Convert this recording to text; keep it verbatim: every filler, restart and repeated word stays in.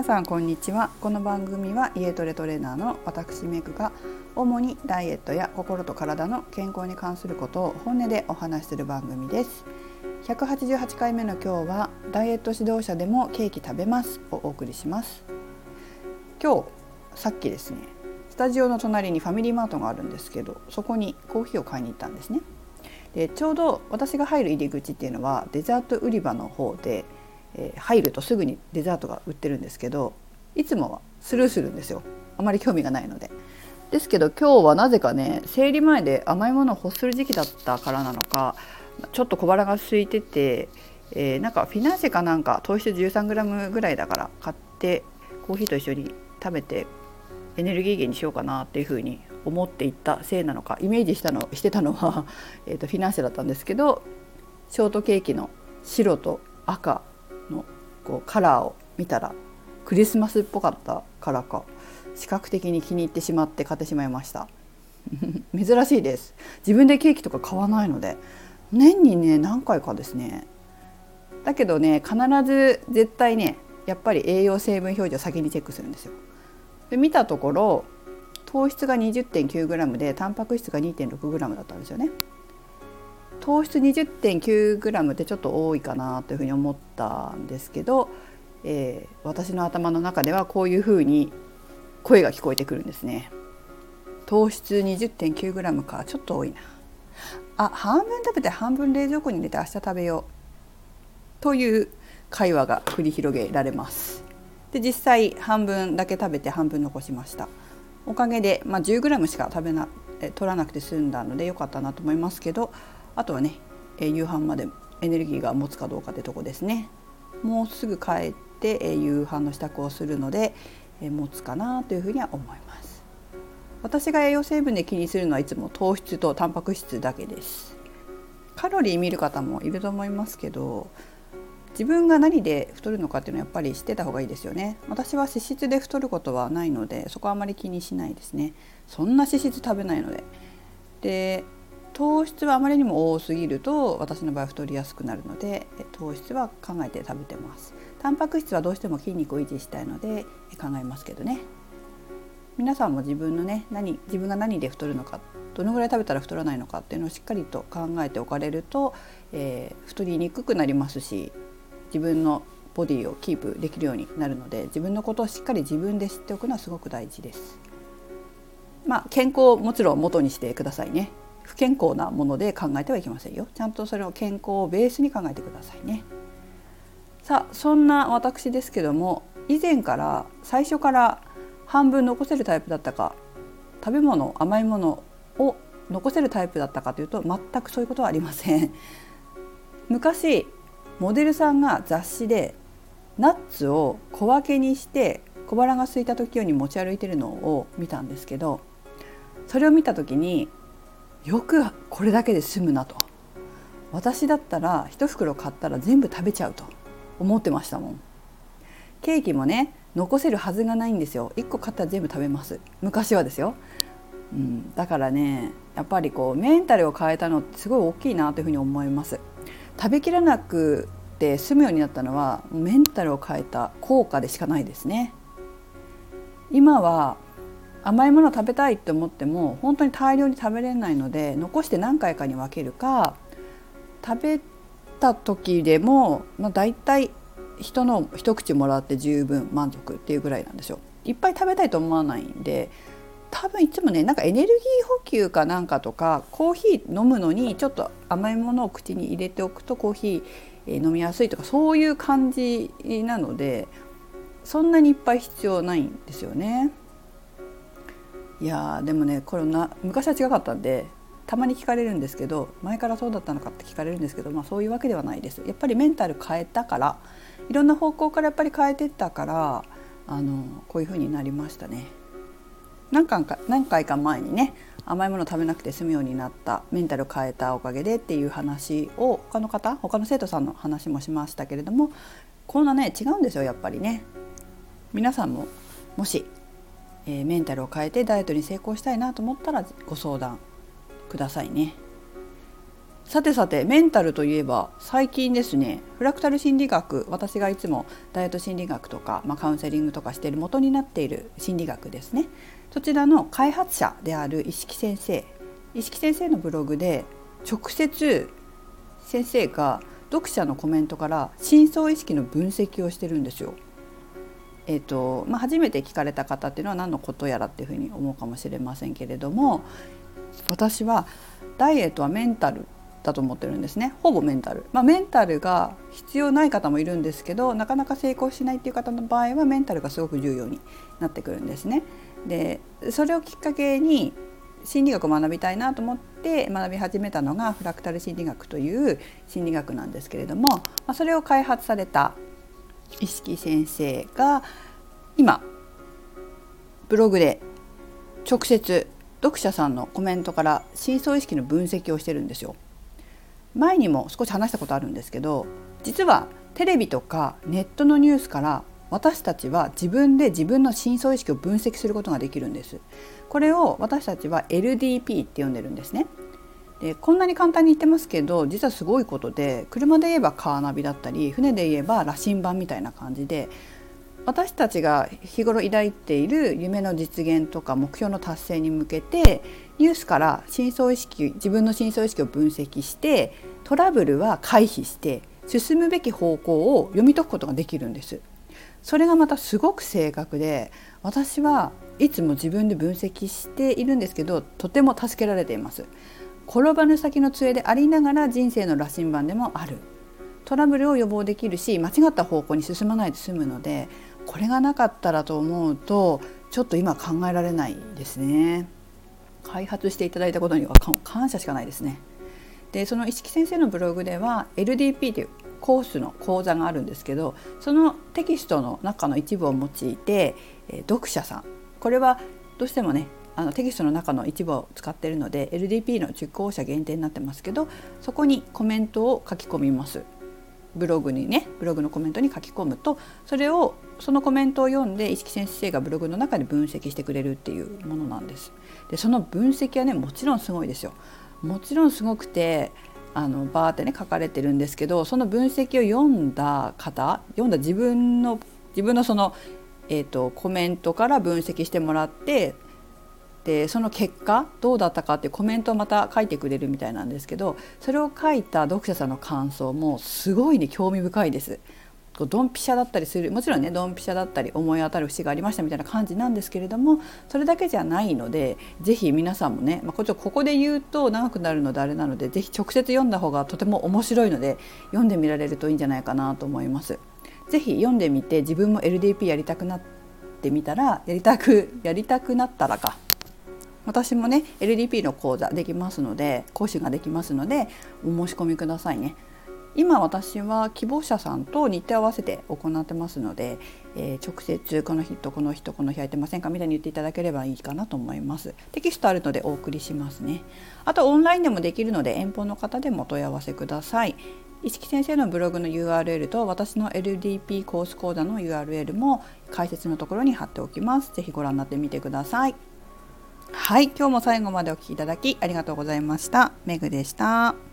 さんこんにちは。この番組は家トレトレーナーの私メグが主にダイエットや心と体の健康に関することを本音でお話しする番組です。ひゃくはちじゅうはちかいめの今日はダイエット指導者でもケーキ食べますをお送りします。今日さっきですね、スタジオの隣にファミリーマートがあるんですけど、そこにコーヒーを買いに行ったんですね。でちょうど私が入る入り口っていうのはデザート売り場の方で、えー、入るとすぐにデザートが売ってるんですけど、いつもはスルーするんですよ。あまり興味がないので。ですけど今日はなぜかね、生理前で甘いものを欲する時期だったからなのか、ちょっと小腹が空いてて、えー、なんかフィナンシェかなんか糖質 じゅうさんグラム ぐらいだから買ってコーヒーと一緒に食べてエネルギー源にしようかなっていうふうに思っていったせいなのか、イメージしたのしてたのはえとフィナンシェだったんですけど、ショートケーキの白と赤のこうカラーを見たらクリスマスっぽかったからか、視覚的に気に入ってしまって買ってしまいました珍しいです。自分でケーキとか買わないので、年にね何回かですね。だけどね、必ず絶対ね、やっぱり栄養成分表示を先にチェックするんですよ。で見たところ糖質が にじゅってんきゅうグラム でタンパク質が にてんろくグラム だったんですよね。糖質 にじゅってんきゅうグラム ってちょっと多いかなというふうに思ったんですけど、えー、私の頭の中ではこういうふうに声が聞こえてくるんですね。糖質 にじゅってんきゅうグラム か、ちょっと多いなあ、半分食べて半分冷蔵庫に入れて明日食べようという会話が繰り広げられます。で実際半分だけ食べて半分残しました。おかげで、まあ、じゅうグラム しか食べなえ取らなくて済んだので良かったなと思いますけど、あとはね、え夕飯までエネルギーが持つかどうかってとこですね。もうすぐ帰ってえ夕飯の支度をするのでえ持つかなというふうには思います。私が栄養成分で気にするのはいつも糖質とタンパク質だけです。カロリー見る方もいると思いますけど、自分が何で太るのかっていうのはやっぱり知ってた方がいいですよね。私は脂質で太ることはないので、そこはあまり気にしないですね。そんな脂質食べないので。で糖質はあまりにも多すぎると私の場合太りやすくなるので、糖質は考えて食べてます。タンパク質はどうしても筋肉を維持したいので考えますけどね。皆さんも自分のね、何自分が何で太るのか、どのぐらい食べたら太らないのかっていうのをしっかりと考えておかれると、えー、太りにくくなりますし、自分のボディをキープできるようになるので、自分のことをしっかり自分で知っておくのはすごく大事です。まあ健康をもちろん元にしてくださいね。不健康なもので考えてはいけませんよ。ちゃんとそれを健康をベースに考えてくださいね。さあ、そんな私ですけども、以前から最初から半分残せるタイプだったか、食べ物甘いものを残せるタイプだったかというと、全くそういうことはありません。昔モデルさんが雑誌でナッツを小分けにして小腹が空いた時用に持ち歩いてるのを見たんですけど、それを見た時によくこれだけで済むなと、私だったら一袋買ったら全部食べちゃうと思ってましたもん。ケーキもね、残せるはずがないんですよ。いっこ買ったら全部食べます。昔はですよ、うん、だからね、やっぱりこうメンタルを変えたのってすごい大きいなというふうに思います。食べきらなくて済むようになったのはメンタルを変えた効果でしかないですね。今は甘いものを食べたいと思っても本当に大量に食べれないので、残して何回かに分けるか、食べた時でも、まあ、だいたい人の一口もらって十分満足っていうぐらいなんですよ。いっぱい食べたいと思わないんで、多分いつもね、なんかエネルギー補給かなんかとか、コーヒー飲むのにちょっと甘いものを口に入れておくとコーヒー飲みやすいとか、そういう感じなので、そんなにいっぱい必要ないんですよね。いやでもね、これな昔は違かったんで、たまに聞かれるんですけど、前からそうだったのかって聞かれるんですけど、まあそういうわけではないです。やっぱりメンタル変えたから、いろんな方向からやっぱり変えてったから、あのこういう風になりましたね。何回か何回か前にね、甘いもの食べなくて済むようになった、メンタル変えたおかげでっていう話を他の方他の生徒さんの話もしましたけれども、こんなね違うんですよ、やっぱりね。皆さんももし、えー、メンタルを変えてダイエットに成功したいなと思ったらご相談くださいね。 さてさてメンタルといえば最近ですね、フラクタル心理学、私がいつもダイエット心理学とか、まあ、カウンセリングとかしている元になっている心理学ですね、そちらの開発者である石木先生石木先生のブログで直接先生が読者のコメントから深層意識の分析をしてるんですよ。えーとまあ、初めて聞かれた方っていうのは何のことやらっていうふうに思うかもしれませんけれども、私はダイエットはメンタルだと思ってるんですね。ほぼメンタル、まあ、メンタルが必要ない方もいるんですけど、なかなか成功しないっていう方の場合はメンタルがすごく重要になってくるんですね。でそれをきっかけに心理学を学びたいなと思って学び始めたのがフラクタル心理学という心理学なんですけれども、まあ、それを開発された石木先生が今ブログで直接読者さんのコメントから深層意識の分析をしてるんですよ。前にも少し話したことあるんですけど、実はテレビとかネットのニュースから私たちは自分で自分の深層意識を分析することができるんです。これを私たちは エルディーピー って呼んでるんですね。でこんなに簡単に言ってますけど、実はすごいことで、車で言えばカーナビだったり、船で言えば羅針盤みたいな感じで、私たちが日頃抱いている夢の実現とか目標の達成に向けてニュースから深層意識自分の深層意識を分析して、トラブルは回避して進むべき方向を読み解くことができるんです。それがまたすごく正確で、私はいつも自分で分析しているんですけど、とても助けられています。転ばぬ先の杖でありながら人生の羅針盤でもある。トラブルを予防できるし、間違った方向に進まないで済むので、これがなかったらと思うとちょっと今考えられないですね。開発していただいたことには感謝しかないですね。でその石木先生のブログでは エルディーピー というコースの講座があるんですけど、そのテキストの中の一部を用いて、え読者さん、これはどうしてもねあのテキストの中の一部を使っているので エルディーピー の受講者限定になってますけど、そこにコメントを書き込みます。ブログにねブログのコメントに書き込むと、それをそのコメントを読んで石木先生がブログの中で分析してくれるっていうものなんです。でその分析はねもちろんすごいですよ。もちろんすごくて、あのバーってね書かれてるんですけど、その分析を読んだ方読んだ自分の自分のその、えーと、コメントから分析してもらって、でその結果どうだったかっていうコメントをまた書いてくれるみたいなんですけど、それを書いた読者さんの感想もすごいね興味深いです。ドンピシャだったりする、もちろんねドンピシャだったり思い当たる節がありましたみたいな感じなんですけれども、それだけじゃないので、ぜひ皆さんもね、まあ、ここで言うと長くなるのであれなので、ぜひ直接読んだ方がとても面白いので読んでみられるといいんじゃないかなと思います。ぜひ読んでみて、自分も エルディーピー やりたくなってみたらやりたくやりたくなったらか私もね エルディーピー の講座できますので、講師ができますのでお申し込みくださいね。今私は希望者さんと日程を合わせて行ってますので、えー、直接この日とこの日とこの日空いてませんかみたいに言っていただければいいかなと思います。テキストあるのでお送りしますね。あとオンラインでもできるので遠方の方でもお問い合わせください。石木先生のブログの ユーアールエル と私の エルディーピー コース講座の ユーアールエル も解説のところに貼っておきます。ぜひご覧になってみてください。はい、今日も最後までお聞きいただきありがとうございました。めぐでした。